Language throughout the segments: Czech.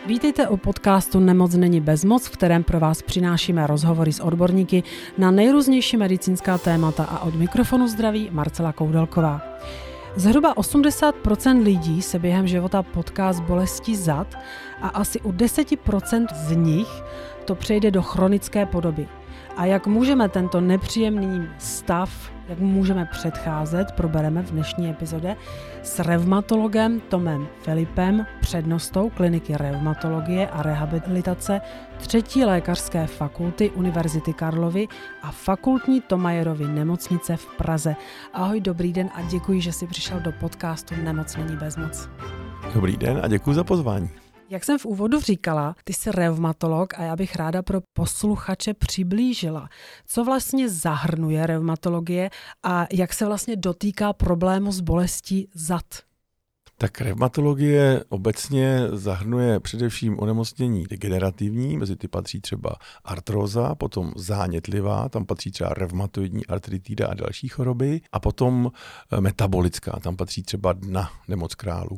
Vítejte u podcastu Nemoc není bezmoc, v kterém pro vás přinášíme rozhovory s odborníky na nejrůznější medicínská témata a od mikrofonu zdraví Marcela Koudelková. Zhruba 80% lidí se během života potká s bolestí zad a asi u 10% z nich to přejde do chronické podoby. A jak můžeme tento nepříjemný stav, jak můžeme předcházet, probereme v dnešní epizodě s revmatologem Tomem Filipem, přednostou kliniky revmatologie a rehabilitace 3. lékařské fakulty Univerzity Karlovy a fakultní Thomayerovy nemocnice v Praze. Ahoj, dobrý den a děkuji, že jsi přišel do podcastu Nemoc není bezmoc. Dobrý den a děkuji za pozvání. Jak jsem v úvodu říkala, ty jsi revmatolog a já bych ráda pro posluchače přiblížila, co vlastně zahrnuje revmatologie a jak se vlastně dotýká problému s bolestí zad. Tak revmatologie obecně zahrnuje především onemocnění degenerativní, mezi ty patří třeba artróza, potom zánětlivá, tam patří třeba revmatoidní artritida a další choroby, a potom metabolická, tam patří třeba dna, nemoc králů.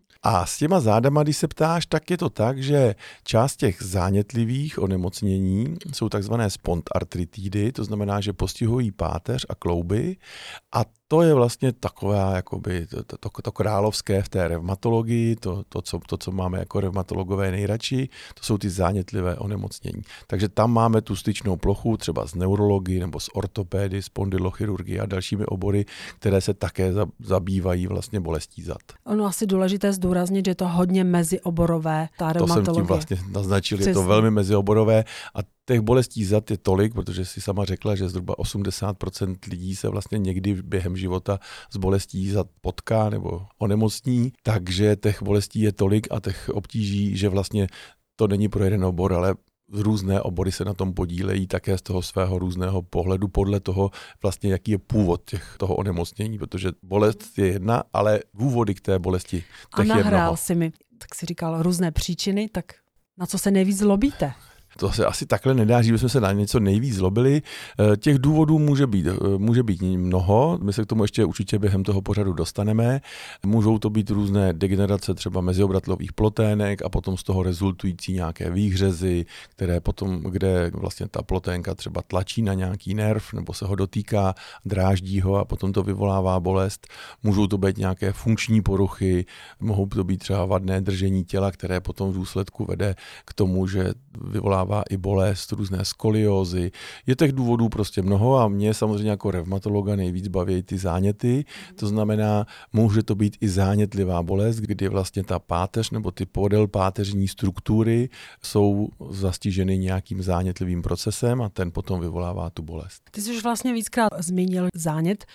A s těma zádama, když se ptáš, tak je to tak, že část těch zánětlivých onemocnění jsou takzvané spondartritidy, to znamená, že postihují páteř a klouby, a to je vlastně taková jakoby to královské v té revmatologii, to, co máme jako revmatologové nejradši, to jsou ty zánětlivé onemocnění. Takže tam máme tu styčnou plochu třeba s neurologií nebo s ortopédy, spondylochirurgií a dalšími obory, které se také zabývají vlastně bolestí zad. Ono asi důležité zdůraznit, že je to hodně mezioborové, ta revmatologie. To jsem tím vlastně naznačil, je to velmi mezioborové a těch bolestí zad je tolik, protože si sama řekla, že zhruba 80% lidí se vlastně někdy během života s bolestí zad potká nebo onemocní, takže těch bolestí je tolik a těch obtíží, že vlastně to není pro jeden obor, ale různé obory se na tom podílejí také z toho svého různého pohledu podle toho vlastně, jaký je původ toho onemocnění, protože bolest je jedna, ale důvody k té bolesti těch je mnoho. A nahrál si mi, tak si říkal, různé příčiny, tak na co se nejvíc zlobíte? To se asi takhle nedá, že bychom se na něco nejvíc zlobili. Těch důvodů může být mnoho, my se k tomu ještě určitě během toho pořadu dostaneme. Můžou to být různé degenerace třeba meziobratlových plotének a potom z toho rezultující nějaké výhřezy, které potom, kde vlastně ta ploténka třeba tlačí na nějaký nerv nebo se ho dotýká, dráždí ho a potom to vyvolává bolest. Můžou to být nějaké funkční poruchy, mohou to být třeba vadné držení těla, které potom v důsledku vede k tomu, že vyvolává i bolest, různé skoliózy. Je těch důvodů prostě mnoho a mě samozřejmě jako revmatologa nejvíc baví ty záněty. To znamená, může to být i zánětlivá bolest, kdy vlastně ta páteř nebo ty podélpáteřní struktury jsou zastiženy nějakým zánětlivým procesem a ten potom vyvolává tu bolest. Ty jsi už vlastně víckrát zmínil zánět.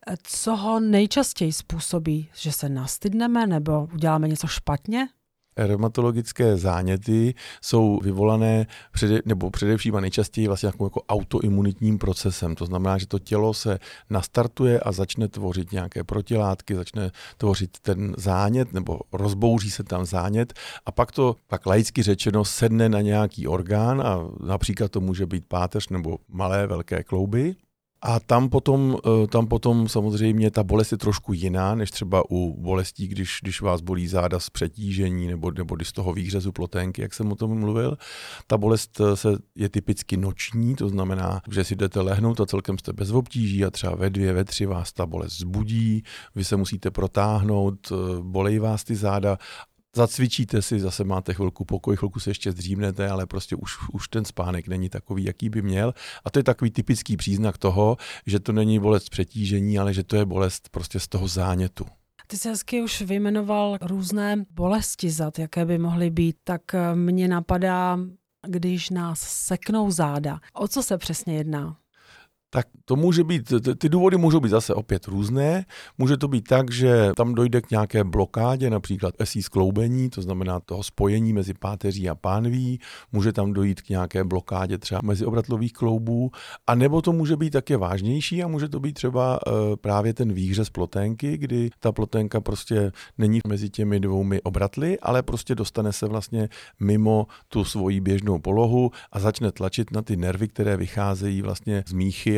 Co ho nejčastěji způsobí? Že se nastydneme nebo uděláme něco špatně? Revmatologické záněty jsou vyvolané především a nejčastěji vlastně jako autoimunitním procesem. To znamená, že to tělo se nastartuje a začne tvořit nějaké protilátky, začne tvořit ten zánět nebo rozbouří se tam zánět a pak laicky řečeno sedne na nějaký orgán a například to může být páteř nebo malé velké klouby. A tam potom samozřejmě ta bolest je trošku jiná, než třeba u bolestí, když vás bolí záda z přetížení nebo když z toho výhřezu ploténky, jak jsem o tom mluvil. Ta bolest je typicky noční, to znamená, že si jdete lehnout a celkem jste bez obtíží a třeba ve 2, ve 3 vás ta bolest zbudí, vy se musíte protáhnout, bolejí vás ty záda. Zacvičíte si, zase máte chvilku pokoj, chvilku se ještě zdřímnete, ale prostě už ten spánek není takový, jaký by měl. A to je takový typický příznak toho, že to není bolest z přetížení, ale že to je bolest prostě z toho zánětu. Ty jsi hezky už vyjmenoval různé bolesti zad, jaké by mohly být, tak mě napadá, když nás seknou záda. O co se přesně jedná? Tak to může být, ty důvody můžou být zase opět různé. Může to být tak, že tam dojde k nějaké blokádě, například esí skloubení, to znamená toho spojení mezi páteří a pánví. Může tam dojít k nějaké blokádě třeba meziobratlových kloubů. A nebo to může být také vážnější a může to být třeba právě ten výhřez ploténky, kdy ta ploténka prostě není mezi těmi dvoumi obratly, ale prostě dostane se vlastně mimo tu svoji běžnou polohu a začne tlačit na ty nervy, které vycházejí vlastně z míchy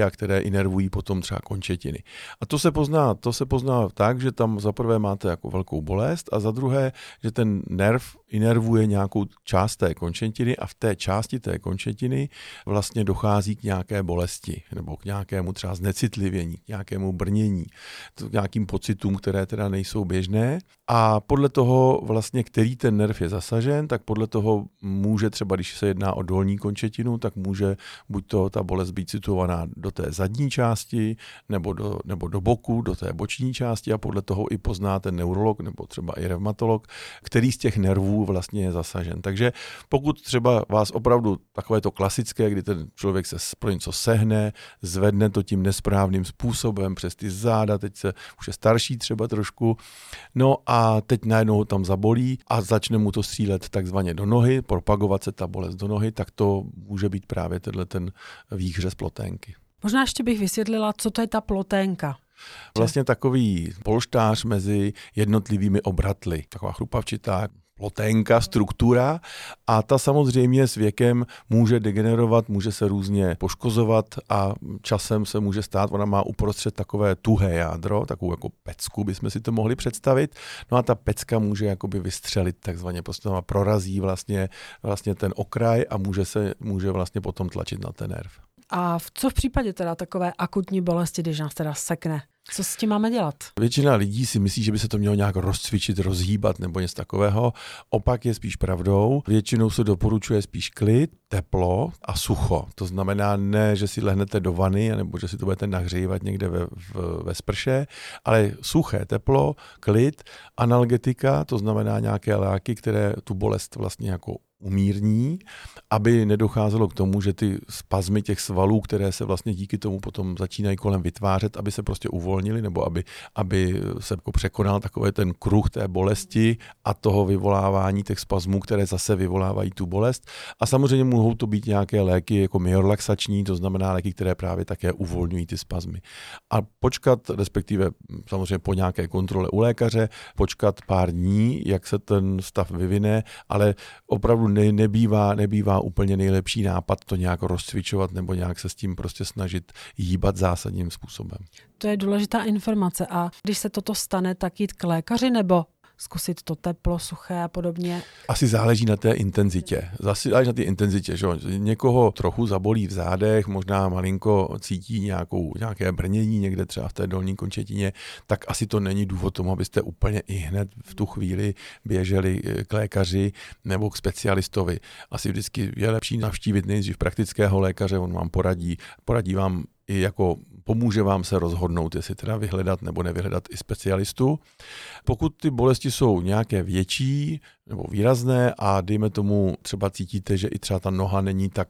a které inervují potom třeba končetiny. A to se pozná tak, že tam za prvé máte jako velkou bolest a za druhé, že ten nerv inervuje nějakou část té končetiny a v té části té končetiny vlastně dochází k nějaké bolesti nebo k nějakému třeba znecitlivění, k nějakému brnění, k nějakým pocitům, které teda nejsou běžné. A podle toho vlastně, který ten nerv je zasažen, tak podle toho může třeba, když se jedná o dolní končetinu, tak může buď to ta bolest být situovaná do té zadní části nebo do boku, do té boční části a podle toho i pozná ten neurolog nebo třeba i revmatolog, který z těch nervů vlastně je zasažen. Takže pokud třeba vás opravdu takové to klasické, kdy ten člověk se pro něco sehne, zvedne to tím nesprávným způsobem přes ty záda, teď se už je starší třeba trošku, no a teď najednou ho tam zabolí a začne mu to střílet takzvaně do nohy, propagovat se ta bolest do nohy, tak to může být právě ten výhřez ploténky. Možná ještě bych vysvětlila, co to je ta ploténka. Vlastně takový polštář mezi jednotlivými obratly, taková chrupavčitá ploténka, struktura a ta samozřejmě s věkem může degenerovat, může se různě poškozovat a časem se může stát, ona má uprostřed takové tuhé jádro, takovou jako pecku bychom si to mohli představit, no a ta pecka může jakoby vystřelit takzvaně, prostě prorazí vlastně ten okraj a může vlastně potom tlačit na ten nerv. A co v případě teda takové akutní bolesti, když nás teda sekne? Co s tím máme dělat? Většina lidí si myslí, že by se to mělo nějak rozcvičit, rozhýbat nebo něco takového. Opak je spíš pravdou. Většinou se doporučuje spíš klid, teplo a sucho. To znamená ne, že si lehnete do vany nebo že si to budete nahřívat někde ve sprše, ale suché teplo, klid, analgetika, to znamená nějaké léky, které tu bolest vlastně jako umírní, aby nedocházelo k tomu, že ty spazmy těch svalů, které se vlastně díky tomu potom začínají kolem vytvářet, aby se prostě uvolnili, nebo aby se jako překonal takový ten kruh té bolesti a toho vyvolávání těch spazmů, které zase vyvolávají tu bolest. A samozřejmě mohou to být nějaké léky jako myorelaxační, to znamená léky, které právě také uvolňují ty spazmy. A počkat, respektive samozřejmě po nějaké kontrole u lékaře, počkat pár dní, jak se ten stav vyvine, ale opravdu nebývá úplně nejlepší nápad to nějak rozcvičovat nebo nějak se s tím prostě snažit hýbat zásadním způsobem. To je důležitá informace. A když se toto stane, tak jít k lékaři nebo zkusit to teplo, suché a podobně? Asi záleží na té intenzitě. Záleží na té intenzitě, že někoho trochu zabolí v zádech, možná malinko cítí nějaké brnění někde třeba v té dolní končetině, tak asi to není důvod tomu, abyste úplně i hned v tu chvíli běželi k lékaři nebo k specialistovi. Asi vždycky je lepší navštívit nejdřív praktického lékaře, on vám poradí vám i jako pomůže vám se rozhodnout, jestli teda vyhledat nebo nevyhledat i specialistu. Pokud ty bolesti jsou nějaké větší nebo výrazné a dejme tomu třeba cítíte, že i třeba ta noha není tak,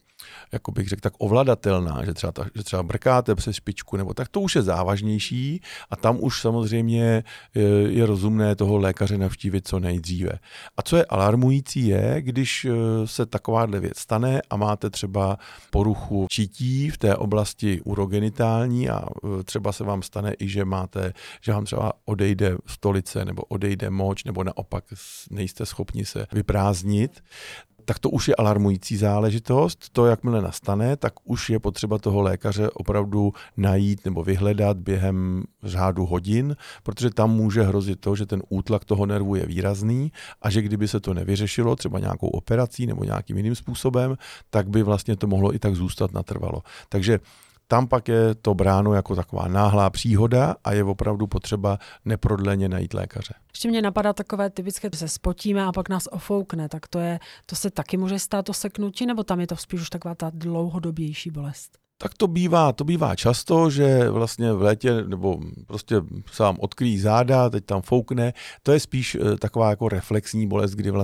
jako bych řekl, tak ovladatelná, že třeba brkáte přes špičku, nebo tak to už je závažnější a tam už samozřejmě je rozumné toho lékaře navštívit co nejdříve. A co je alarmující je, když se takováhle věc stane a máte třeba poruchu čití v té oblasti urogenitální a třeba se vám stane i, že vám třeba odejde stolice nebo odejde moč, nebo naopak nejste schopni se vyprázdnit, tak to už je alarmující záležitost. To, jakmile nastane, tak už je potřeba toho lékaře opravdu najít nebo vyhledat během řádu hodin, protože tam může hrozit to, že ten útlak toho nervu je výrazný a že kdyby se to nevyřešilo, třeba nějakou operací nebo nějakým jiným způsobem, tak by vlastně to mohlo i tak zůstat natrvalo. Takže tam pak je to bráno jako taková náhlá příhoda a je opravdu potřeba neprodleně najít lékaře. Ještě mě napadá takové typické, že se spotíme a pak nás ofoukne, tak to se taky může stát to seknutí, nebo tam je to spíš už taková ta dlouhodobější bolest? Tak to bývá často, že vlastně v létě nebo prostě se vám odkryjí záda, teď tam foukne. To je spíš taková jako reflexní bolest, kdy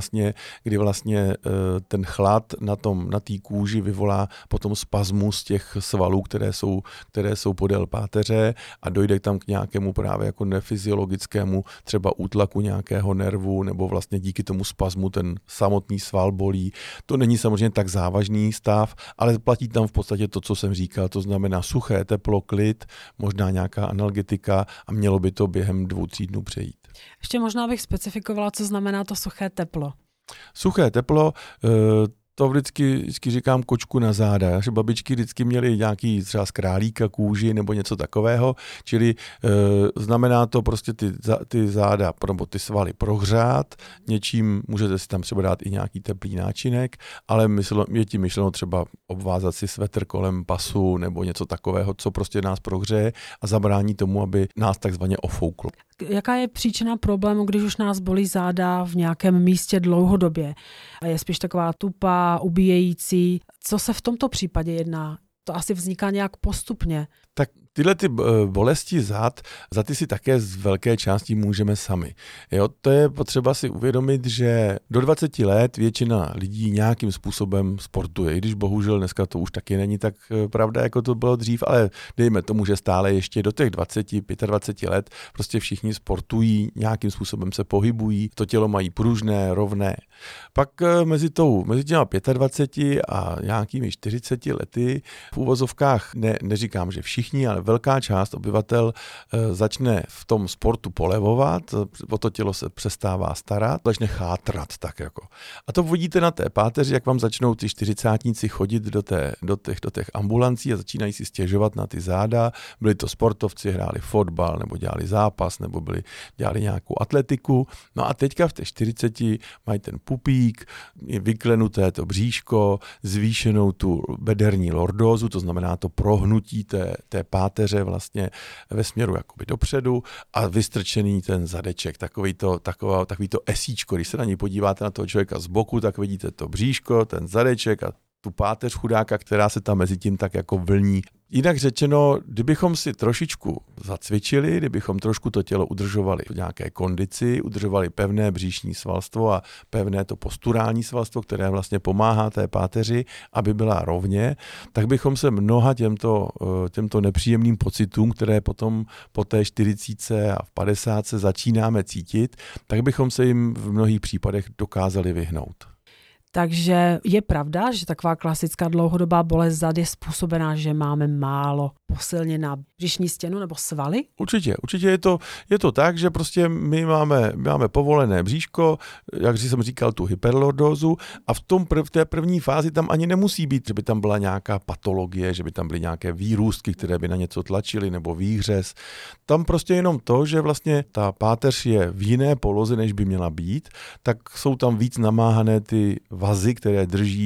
vlastně ten chlad na té kůži vyvolá potom spazmus těch svalů, které jsou podél páteře a dojde tam k nějakému právě jako nefyziologickému třeba útlaku nějakého nervu nebo vlastně díky tomu spazmu ten samotný sval bolí. To není samozřejmě tak závažný stav, ale platí tam v podstatě to, co jsem říkal. To znamená suché teplo, klid, možná nějaká analgetika a mělo by to během 2-3 dnů přejít. Ještě možná bych specifikovala, co znamená to suché teplo. Suché teplo, to vždycky říkám kočku na záda. Naše babičky vždycky měly nějaký třeba z králíka kůži nebo něco takového, čili znamená to prostě ty záda nebo ty svaly prohřát, něčím můžete si tam třeba dát i nějaký teplý náčinek, ale je tím myšleno třeba obvázat si svetr kolem pasu nebo něco takového, co prostě nás prohřeje a zabrání tomu, aby nás takzvaně ofouklo. Jaká je příčina problému, když už nás bolí záda v nějakém místě dlouhodobě? Je spíš taková tupá, ubíjející. Co se v tomto případě jedná? To asi vzniká nějak postupně. Tak tyhle ty bolesti zad, za ty si také z velké části můžeme sami. Jo, to je potřeba si uvědomit, že do 20 let většina lidí nějakým způsobem sportuje. I když bohužel dneska to už taky není tak pravda, jako to bylo dřív, ale dejme tomu, že stále ještě do těch 25 let prostě všichni sportují, nějakým způsobem se pohybují, to tělo mají pružné, rovné. Pak mezi těma 25 a nějakými 40 lety v uvozovkách, neříkám, že všichni, ale velká část obyvatel začne v tom sportu polevovat, o to tělo se přestává starat, začne chátrat tak jako. A to vidíte na té páteři, jak vám začnou ty 40tníci chodit do těch ambulancí a začínají si stěžovat na ty záda. Byli to sportovci, hráli fotbal, nebo dělali zápas, nebo dělali nějakou atletiku. No a teďka v těch 40 mají ten pupík, je vyklenuté to bříško, zvýšenou tu bederní lordózu, to znamená to prohnutí té páteře vlastně ve směru jakoby dopředu a vystrčený ten zadeček, takový to esíčko, když se na něj podíváte na toho člověka z boku, tak vidíte to bříško, ten zadeček a tu páteř chudáka, která se tam mezi tím tak jako vlní. Jinak řečeno, kdybychom si trošičku zacvičili, kdybychom trošku to tělo udržovali v nějaké kondici, udržovali pevné bříšní svalstvo a pevné to posturální svalstvo, které vlastně pomáhá té páteři, aby byla rovně, tak bychom se mnoha těmto nepříjemným pocitům, které potom po té 40 a v 50 začínáme cítit, tak bychom se jim v mnohých případech dokázali vyhnout. Takže je pravda, že taková klasická dlouhodobá bolest zad je způsobená, že máme málo posilněná břišní stěnu nebo svaly? Určitě je to tak, že prostě my máme povolené bříško, jak jsem říkal, tu hyperlordózu a v té první fázi tam ani nemusí být, že by tam byla nějaká patologie, že by tam byly nějaké výrůstky, které by na něco tlačily nebo výhřez. Tam prostě jenom to, že vlastně ta páteř je v jiné poloze, než by měla být, tak jsou tam víc namáhané ty vazy, které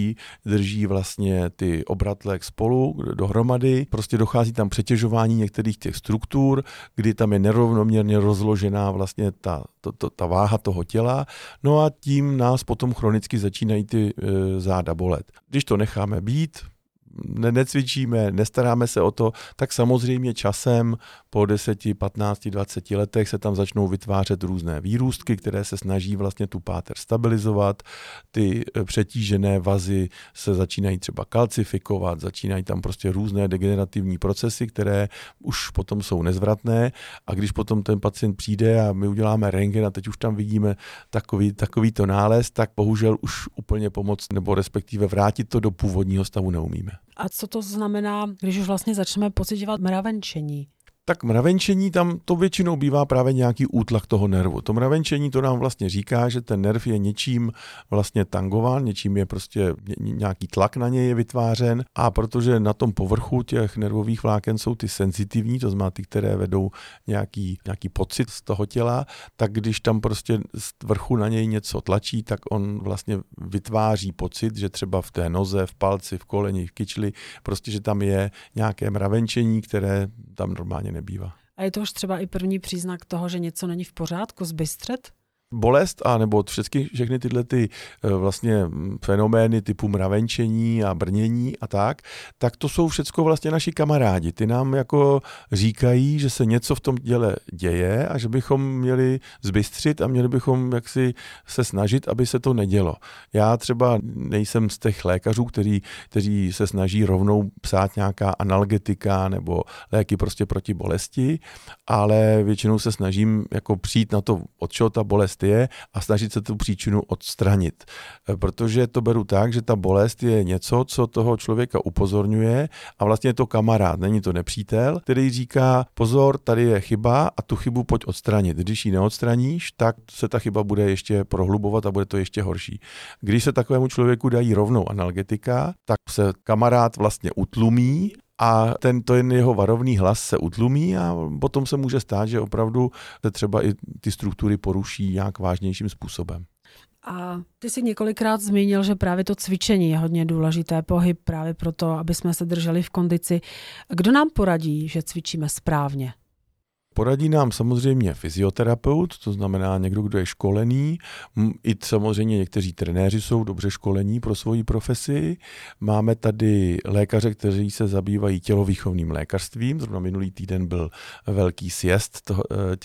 drží vlastně ty obratlé spolu dohromady. Prostě dochází tam přetěžování některých těch struktur, kdy tam je nerovnoměrně rozložená vlastně ta váha toho těla. No a tím nás potom chronicky začínají ty záda bolet. Když to necháme být, necvičíme, nestaráme se o to, tak samozřejmě časem po 10, 15, 20 letech se tam začnou vytvářet různé výrůstky, které se snaží vlastně tu páteř stabilizovat. Ty přetížené vazy se začínají třeba kalcifikovat, začínají tam prostě různé degenerativní procesy, které už potom jsou nezvratné a když potom ten pacient přijde a my uděláme rentgen a teď už tam vidíme takovýto nález, tak bohužel už úplně pomoct nebo respektive vrátit to do původního stavu neumíme. A co to znamená, když už vlastně začneme pocitovat mravenčení? Tak mravenčení tam to většinou bývá právě nějaký útlak toho nervu. To mravenčení to nám vlastně říká, že ten nerv je něčím vlastně tangován, něčím je prostě nějaký tlak na něj je vytvářen a protože na tom povrchu těch nervových vláken jsou ty senzitivní, to znamená ty, které vedou nějaký pocit z toho těla, tak když tam prostě z vrchu na něj něco tlačí, tak on vlastně vytváří pocit, že třeba v té noze, v palci, v koleni, v kyčli, prostě, že tam je nějaké mravenčení, které tam normálně nebývá. A je to už třeba i první příznak toho, že něco není v pořádku, zbystřet? Bolest a nebo všechny tyhle ty vlastně fenomény typu mravenčení a brnění a tak to jsou všecko vlastně naši kamarádi. Ty nám jako říkají, že se něco v tom těle děje a že bychom měli zbystřit a měli bychom jaksi se snažit, aby se to nedělo. Já třeba nejsem z těch lékařů, kteří se snaží rovnou psát nějaká analgetika nebo léky prostě proti bolesti, ale většinou se snažím jako přijít na to, od čeho ta bolest bolest je a snažit se tu příčinu odstranit. Protože to beru tak, že ta bolest je něco, co toho člověka upozorňuje a vlastně je to kamarád, není to nepřítel, který říká pozor, tady je chyba a tu chybu pojď odstranit. Když ji neodstraníš, tak se ta chyba bude ještě prohlubovat a bude to ještě horší. Když se takovému člověku dají rovnou analgetika, tak se kamarád vlastně utlumí a ten jeho varovný hlas se utlumí a potom se může stát, že opravdu se třeba i ty struktury poruší nějak vážnějším způsobem. A ty jsi několikrát zmínil, že právě to cvičení je hodně důležité, pohyb právě proto, aby jsme se drželi v kondici. Kdo nám poradí, že cvičíme správně? Poradí nám samozřejmě fyzioterapeut, to znamená někdo, kdo je školený. I samozřejmě někteří trenéři jsou dobře školení pro svoji profesi. Máme tady lékaře, kteří se zabývají tělovýchovným lékařstvím. Zrovna minulý týden byl velký sjezd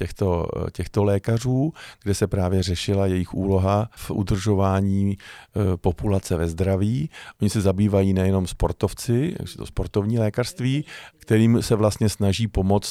těchto lékařů, kde se právě řešila jejich úloha v udržování populace ve zdraví. Oni se zabývají nejenom sportovci, to sportovní lékařství, kterým se vlastně snaží pomoct,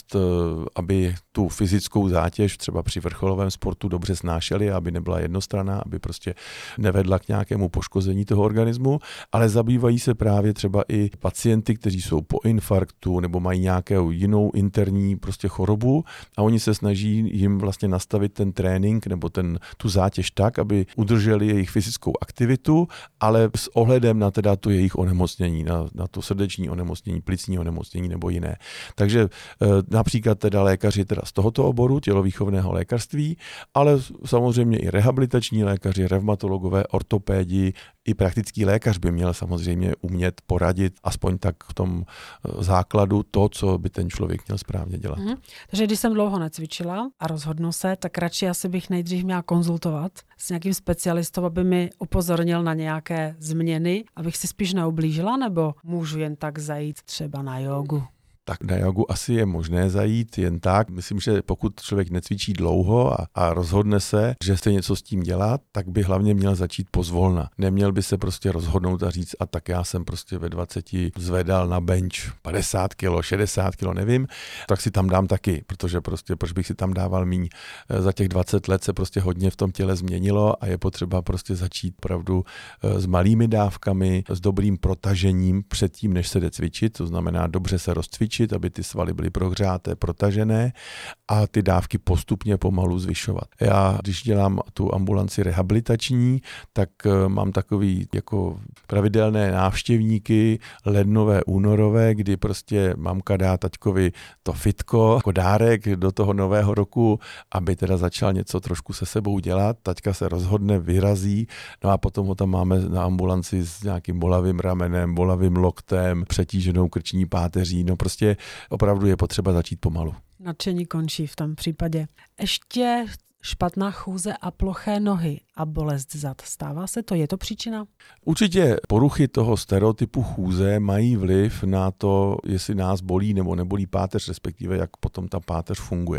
aby tu fyzickou zátěž třeba při vrcholovém sportu dobře snášeli, aby nebyla jednostranná, aby prostě nevedla k nějakému poškození toho organismu, ale zabývají se právě třeba i pacienty, kteří jsou po infarktu nebo mají nějakou jinou interní prostě chorobu a oni se snaží jim vlastně nastavit ten trénink nebo tu zátěž tak, aby udrželi jejich fyzickou aktivitu, ale s ohledem na teda tu jejich onemocnění, na to srdeční onemocnění, plicní onemocnění nebo jiné. Takže například teda lékaři teda z tohoto oboru tělovýchovného lékařství, ale samozřejmě i rehabilitační lékaři, revmatologové, ortopédi, i praktický lékař by měl samozřejmě umět poradit aspoň tak v tom základu to, co by ten člověk měl správně dělat. Takže když jsem dlouho necvičila a rozhodnu se, tak radši asi bych nejdřív měla konzultovat s nějakým specialistou, aby mi upozornil na nějaké změny, abych si spíš neublížila, nebo můžu jen tak zajít třeba na jógu? Tak na jogu asi je možné zajít jen tak. Myslím, že pokud člověk necvičí dlouho a rozhodne se, že chce něco s tím dělat, tak by hlavně měl začít pozvolna. Neměl by se prostě rozhodnout a říct, a tak já jsem prostě ve 20 zvedal na bench 50 kg, 60 kg, nevím, tak si tam dám taky, protože prostě proč bych si tam dával míň. Za těch 20 let se prostě hodně v tom těle změnilo a je potřeba prostě začít opravdu s malými dávkami, s dobrým protažením předtím, než se jde cvičit, to znamená dobře se rozcvičit, aby ty svaly byly prohřáté, protažené a ty dávky postupně pomalu zvyšovat. Já, když dělám tu ambulanci rehabilitační, tak mám takový jako pravidelné návštěvníky lednové, únorové, kdy prostě mamka dá taťkovi to fitko, jako dárek do toho nového roku, aby teda začal něco trošku se sebou dělat. Taťka se rozhodne, vyrazí, no a potom ho tam máme na ambulanci s nějakým bolavým ramenem, bolavým loktem, přetíženou krční páteří, no prostě opravdu je potřeba začít pomalu. Nadšení končí v tom případě. Ještě špatná chůze a ploché nohy a bolest zad. Stává se to? Je to příčina? Určitě poruchy toho stereotypu chůze mají vliv na to, jestli nás bolí nebo nebolí páteř, respektive jak potom ta páteř funguje.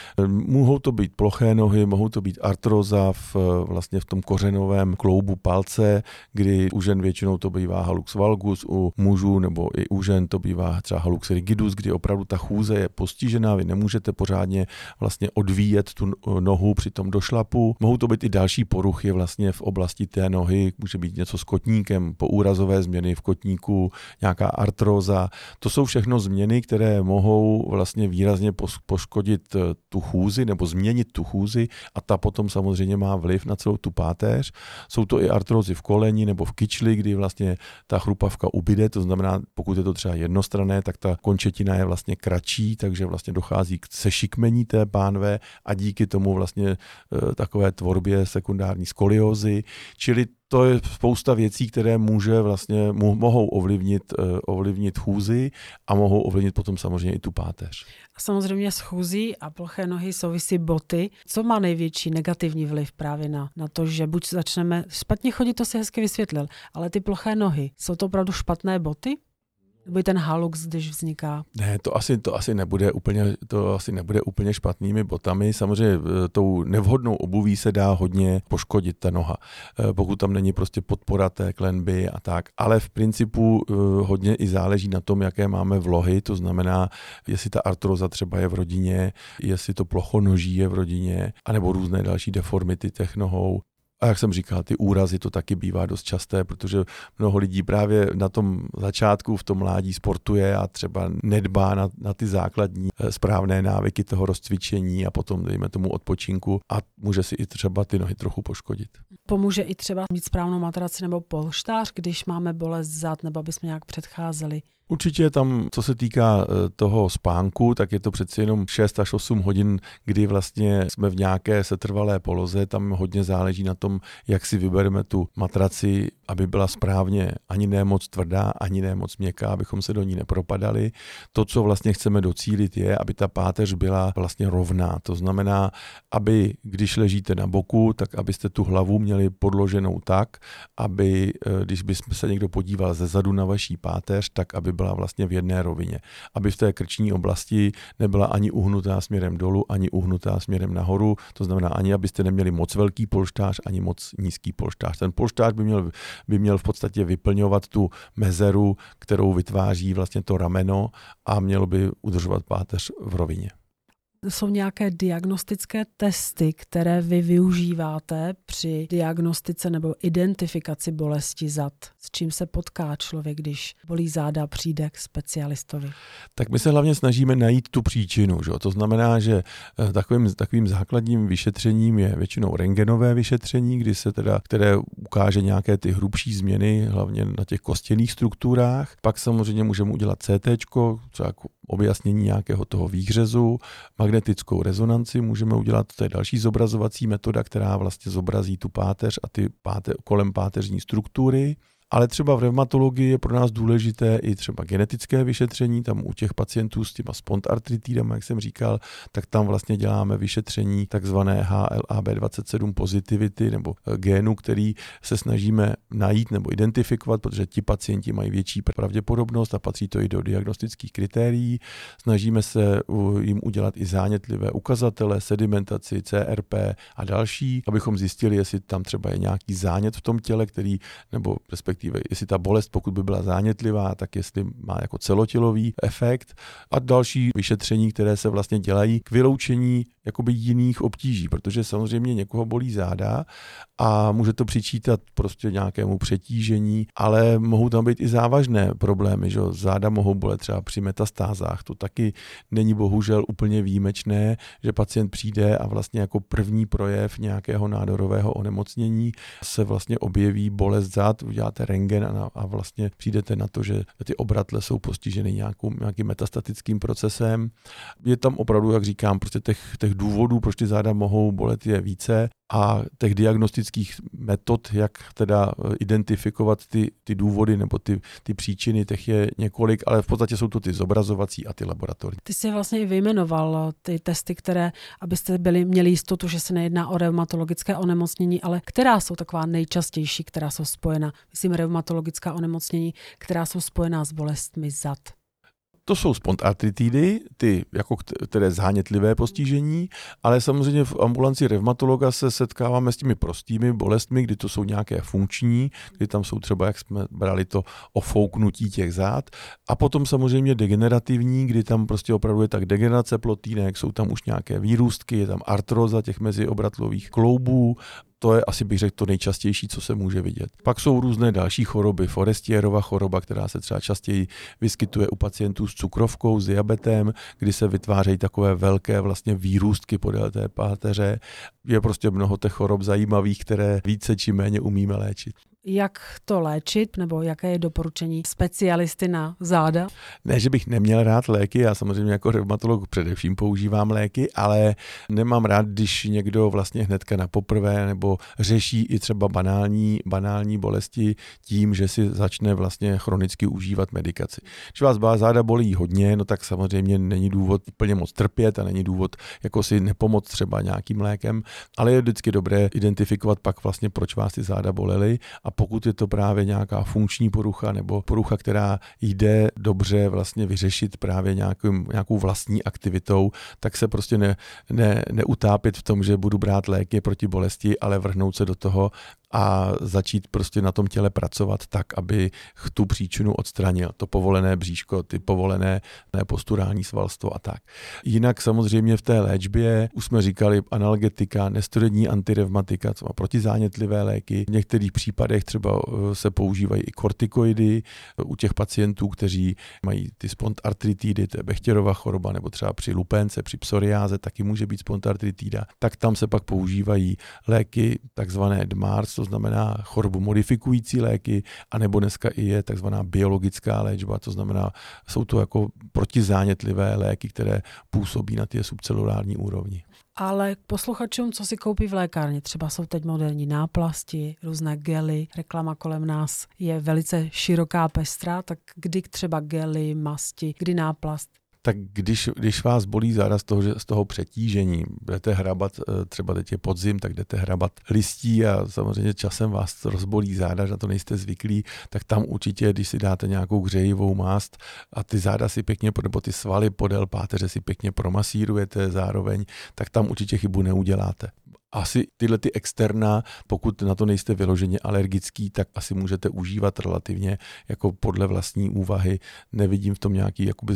Mohou to být ploché nohy, mohou to být artróza vlastně v tom kořenovém kloubu palce, kdy u žen většinou to bývá hallux valgus, u mužů nebo i u žen to bývá třeba hallux rigidus, kdy opravdu ta chůze je postižená, vy nemůžete pořádně vlastně odvíjet tu nohu při tom došlapu. Mohou to být i další poruchy vlastně v oblasti té nohy, může být něco s kotníkem, poúrazové změny v kotníku, nějaká artróza. To jsou všechno změny, které mohou vlastně výrazně poškodit tu chůzi nebo změnit tu chůzi a ta potom samozřejmě má vliv na celou tu páteř. Jsou to i artrózy v koleni nebo v kyčli, kdy vlastně ta chrupavka ubyde, to znamená, pokud je to třeba jednostranné, tak ta končetina je vlastně kratší, takže vlastně dochází k sešikmení té pánve a díky tomu vlastně takové tvorbě sekundární skoliózy, čili to je spousta věcí, které mohou ovlivnit chůzi a mohou ovlivnit potom samozřejmě i tu páteř. A samozřejmě s chůzí a ploché nohy souvisí boty. Co má největší negativní vliv právě na to, že buď začneme špatně chodit, to si hezky vysvětlil, ale ty ploché nohy, jsou to opravdu špatné boty? Nebo i ten halux, když vzniká. Ne, to asi nebude úplně špatnými botami. Samozřejmě tou nevhodnou obuví se dá hodně poškodit ta noha, pokud tam není prostě podpora té klenby a tak. Ale v principu hodně i záleží na tom, jaké máme vlohy, to znamená, jestli ta artroza třeba je v rodině, jestli to plochonoží je v rodině, anebo různé další deformity těch nohou. A jak jsem říkal, ty úrazy to taky bývá dost časté, protože mnoho lidí právě na tom začátku v tom mládí sportuje a třeba nedbá na ty základní správné návyky toho rozcvičení a potom dejme tomu odpočinku a může si i třeba ty nohy trochu poškodit. Pomůže i třeba mít správnou matraci nebo polštář, když máme bolest zad, nebo aby jsme nějak předcházeli? Určitě tam, co se týká toho spánku, tak je to přeci jenom 6 až 8 hodin, kdy vlastně jsme v nějaké setrvalé poloze. Tam hodně záleží na tom, jak si vybereme tu matraci, aby byla správně ani ne moc tvrdá, ani ne moc měkká, abychom se do ní nepropadali. To, co vlastně chceme docílit, je, aby ta páteř byla vlastně rovná. To znamená, aby když ležíte na boku, tak abyste tu hlavu měli podloženou tak, aby když by se někdo podíval zezadu na vaší páteř, tak aby byla vlastně v jedné rovině. Aby v té krční oblasti nebyla ani uhnutá směrem dolů, ani uhnutá směrem nahoru. To znamená ani, abyste neměli moc velký polštář, ani moc nízký polštář. Ten polštář by měl v podstatě vyplňovat tu mezeru, kterou vytváří vlastně to rameno a mělo by udržovat páteř v rovině. Jsou nějaké diagnostické testy, které vy využíváte při diagnostice nebo identifikaci bolesti zad? S čím se potká člověk, když bolí záda, přijde k specialistovi? Tak my se hlavně snažíme najít tu příčinu. Že? To znamená, že takovým základním vyšetřením je většinou rentgenové vyšetření, které ukáže nějaké ty hrubší změny, hlavně na těch kostěných strukturách. Pak samozřejmě můžeme udělat CTčko, třeba jako objasnění nějakého toho výhřezu, magnetickou rezonanci můžeme udělat, to je další zobrazovací metoda, která vlastně zobrazí tu páteř a ty kolem páteřní struktury. Ale třeba v revmatologii je pro nás důležité i třeba genetické vyšetření, tam u těch pacientů s těma spondartritidama, jak jsem říkal, tak tam vlastně děláme vyšetření takzvané HLA-B27 pozitivity nebo génu, který se snažíme najít nebo identifikovat, protože ti pacienti mají větší pravděpodobnost a patří to i do diagnostických kritérií. Snažíme se jim udělat i zánětlivé ukazatele, sedimentaci, CRP a další, abychom zjistili, jestli tam třeba je nějaký zánět v tom těle, který nebo respektive jestli ta bolest, pokud by byla zánětlivá, tak jestli má jako celotělový efekt a další vyšetření, které se vlastně dělají k vyloučení jakoby jiných obtíží, protože samozřejmě někoho bolí záda a může to přičítat prostě nějakému přetížení, ale mohou tam být i závažné problémy, že záda mohou bolet třeba při metastázách. To taky není bohužel úplně výjimečné, že pacient přijde a vlastně jako první projev nějakého nádorového onemocnění se vlastně objeví bolest zad, uděláte rentgen a vlastně přijdete na to, že ty obratle jsou postiženy nějakým metastatickým procesem. Je tam opravdu, jak říkám, prostě těch důvodů, proč ty záda mohou bolet, je více a těch diagnostických metod, jak teda identifikovat ty důvody nebo ty příčiny, těch je několik, ale v podstatě jsou to ty zobrazovací a ty laboratorní. Ty jsi vlastně i vyjmenoval ty testy, které, abyste měli jistotu, že se nejedná o revmatologické onemocnění, ale která jsou taková nejčastější, která jsou spojena, myslím revmatologická onemocnění, která jsou spojená s bolestmi zad. To jsou spondartritidy, které zánětlivé postižení, ale samozřejmě v ambulanci revmatologa se setkáváme s těmi prostými bolestmi, kdy to jsou nějaké funkční, kdy tam jsou třeba, jak jsme brali to ofouknutí těch zád, a potom samozřejmě degenerativní, kdy tam prostě opravdu je tak degenerace plotýnek, jsou tam už nějaké výrůstky, je tam artroza těch meziobratlových kloubů. To je asi bych řekl to nejčastější, co se může vidět. Pak jsou různé další choroby, Forestierova choroba, která se třeba častěji vyskytuje u pacientů s cukrovkou, s diabetem, kdy se vytvářejí takové velké vlastně výrůstky podél té páteře. Je prostě mnoho těch chorob zajímavých, které více či méně umíme léčit. Jak to léčit, nebo jaké je doporučení specialisty na záda? Ne, že bych neměl rád léky, já samozřejmě jako revmatolog především používám léky, ale nemám rád, když někdo vlastně hnedka na poprvé nebo řeší i třeba banální bolesti tím, že si začne vlastně chronicky užívat medikaci. Když vás záda bolí hodně, no tak samozřejmě není důvod úplně moc trpět a není důvod jako si nepomoct třeba nějakým lékem, ale je vždycky dobré identifikovat pak vlastně, proč vás ty záda bolely a a pokud je to právě nějaká funkční porucha nebo porucha, která jde dobře vlastně vyřešit právě nějakou vlastní aktivitou, tak se prostě neutápět v tom, že budu brát léky proti bolesti, ale vrhnout se do toho a začít prostě na tom těle pracovat tak, aby tu příčinu odstranil. To povolené bříško, ty povolené posturální svalstvo a tak. Jinak samozřejmě v té léčbě, už jsme říkali, analgetika, nesteroidní antirevmatika, co má protizánětlivé léky. V některých případech třeba se používají i kortikoidy u těch pacientů, kteří mají ty spondartritidy, to je Bechterova choroba, nebo třeba při lupénce, při psoriáze taky může být spondartritida. Tak tam se pak používají léky takzvané DMARS, to znamená chorobu modifikující léky, anebo dneska i je takzvaná biologická léčba, to znamená, jsou to jako protizánětlivé léky, které působí na té subcelulární úrovni. Ale k posluchačům, co si koupí v lékárně, třeba jsou teď moderní náplasti, různé gely, reklama kolem nás je velice široká, pestrá, tak kdy třeba gely, masti, kdy náplast? Tak když vás bolí záda z toho přetížení, jdete hrabat, třeba teď je podzim, tak jdete hrabat listí a samozřejmě časem vás rozbolí záda, že na to nejste zvyklí, tak tam určitě, když si dáte nějakou hřejivou mást a ty záda si pěkně, nebo ty svaly podél páteře si pěkně promasírujete zároveň, tak tam určitě chybu neuděláte. Asi tyhle ty externa, pokud na to nejste vyloženě alergický, tak asi můžete užívat relativně jako podle vlastní úvahy. Nevidím v tom nějaký jakoby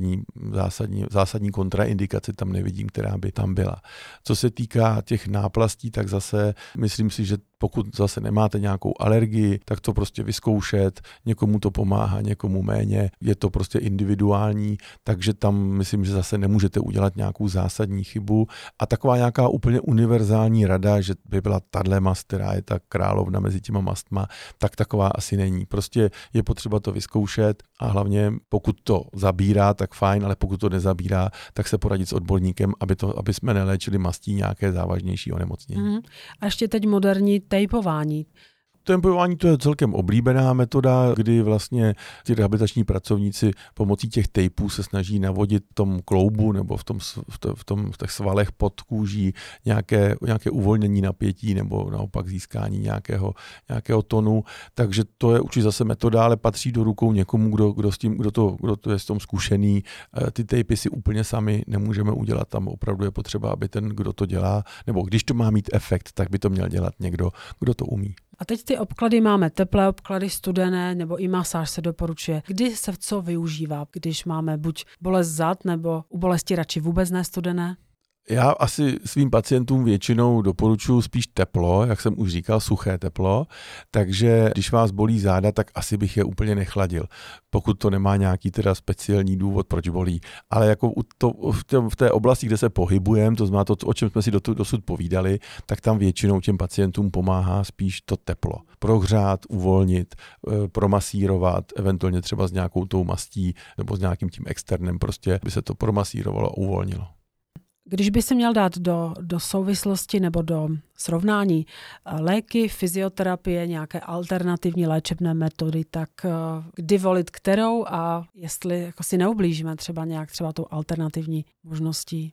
zásadní kontraindikaci, tam nevidím, která by tam byla. Co se týká těch náplastí, tak zase myslím si, že pokud zase nemáte nějakou alergii, tak to prostě vyzkoušet, někomu to pomáhá, někomu méně, je to prostě individuální, takže tam myslím, že zase nemůžete udělat nějakou zásadní chybu a taková nějaká úplně univerzální rada, že by byla tahle mast, která je ta královna mezi těma mastma, tak taková asi není. Prostě je potřeba to vyzkoušet a hlavně pokud to zabírá, tak fajn, ale pokud to nezabírá, tak se poradit s odborníkem, aby jsme neléčili mastí nějaké závažnější onemocnění. A ještě teď moderní tejpování. Tejpování to je celkem oblíbená metoda, kdy vlastně ti rehabilitační pracovníci pomocí těch tejpů se snaží navodit v tom kloubu nebo v těch svalech pod kůží nějaké uvolnění napětí nebo naopak získání nějakého tonu. Takže to je určitě zase metoda, ale patří do rukou někomu, kdo to je s tom zkušený. Ty tejpy si úplně sami nemůžeme udělat, tam opravdu je potřeba, aby ten, kdo to dělá, nebo když to má mít efekt, tak by to měl dělat někdo, kdo to umí. A teď ty obklady máme teplé obklady, studené, nebo i masáž se doporučuje. Kdy se co využívá, když máme buď bolest zad, nebo u bolesti radši vůbec ne studené? Já asi svým pacientům většinou doporučuji spíš teplo, jak jsem už říkal, suché teplo, takže když vás bolí záda, tak asi bych je úplně nechladil, pokud to nemá nějaký teda speciální důvod, proč bolí. Ale jako v té oblasti, kde se pohybujeme, to znamená to, o čem jsme si dosud povídali, tak tam většinou těm pacientům pomáhá spíš to teplo. Prohřát, uvolnit, promasírovat, eventuálně třeba s nějakou tou mastí nebo s nějakým tím externem, prostě by se to promasírovalo a uvolnilo. Když by se měl dát do souvislosti nebo do srovnání léky, fyzioterapie, nějaké alternativní léčebné metody, tak kdy volit kterou a jestli jako si neublížíme třeba tou alternativní možností?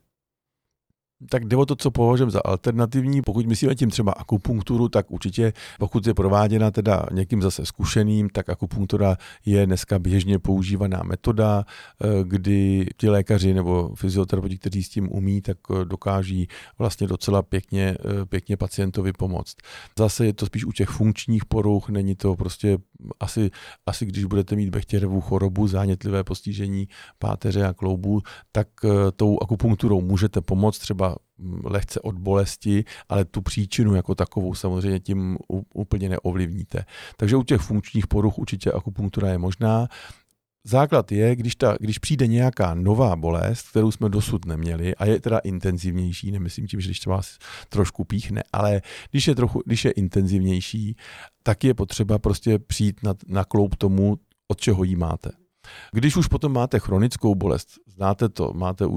Tak jde o to, co považujeme za alternativní. Pokud myslíme tím třeba akupunkturu, tak určitě, pokud je prováděna teda někým zase zkušeným, tak akupunktura je dneska běžně používaná metoda, kdy ti lékaři nebo fyzioterapeuti, kteří s tím umí, tak dokáží vlastně docela pěkně pacientovi pomoct. Zase je to spíš u těch funkčních poruch, není to prostě asi když budete mít Bechterovu chorobu, zánětlivé postižení páteře a kloubů, tak tou akupunkturou můžete pomoct třeba lehce od bolesti, ale tu příčinu jako takovou samozřejmě tím úplně neovlivníte. Takže u těch funkčních poruch určitě akupunktura je možná. Základ je, když přijde nějaká nová bolest, kterou jsme dosud neměli a je teda intenzivnější, nemyslím tím, že když to vás trošku píchne, ale když je intenzivnější, tak je potřeba prostě přijít na kloub tomu, od čeho jí máte. Když už potom máte chronickou bolest, znáte to,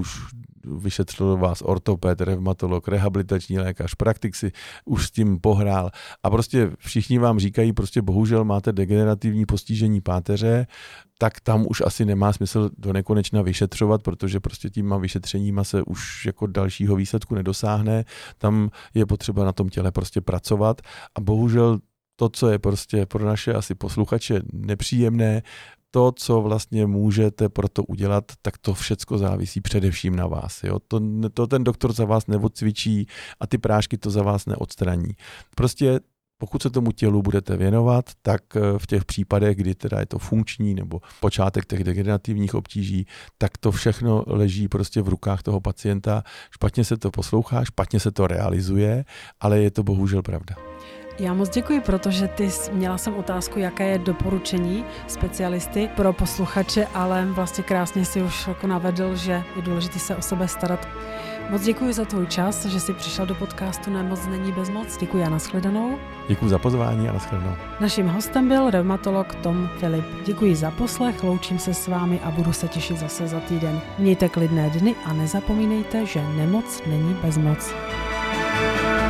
vyšetřil vás ortoped, revmatolog, rehabilitační lékař, praktik si už s tím pohrál a prostě všichni vám říkají, prostě bohužel máte degenerativní postižení páteře, tak tam už asi nemá smysl do nekonečna vyšetřovat, protože prostě těma vyšetřeníma se už jako dalšího výsledku nedosáhne. Tam je potřeba na tom těle prostě pracovat a bohužel to, co je prostě pro naše asi posluchače nepříjemné, to, co vlastně můžete pro to udělat, tak to všecko závisí především na vás. Jo? To ten doktor za vás neodcvičí a ty prášky to za vás neodstraní. Prostě pokud se tomu tělu budete věnovat, tak v těch případech, kdy teda je to funkční nebo počátek těch degenerativních obtíží, tak to všechno leží prostě v rukách toho pacienta. Špatně se to poslouchá, špatně se to realizuje, ale je to bohužel pravda. Já moc děkuji, protože měla jsem otázku, jaké je doporučení specialisty pro posluchače, ale vlastně krásně si už jako navedl, že je důležité se o sebe starat. Moc děkuji za tvůj čas, že jsi přišel do podcastu Nemoc není bezmoc. Děkuji a nashledanou. Děkuji za pozvání a nashledanou. Naším hostem byl revmatolog Tom Filip. Děkuji za poslech, loučím se s vámi a budu se těšit zase za týden. Mějte klidné dny a nezapomínejte, že nemoc není bezmoc.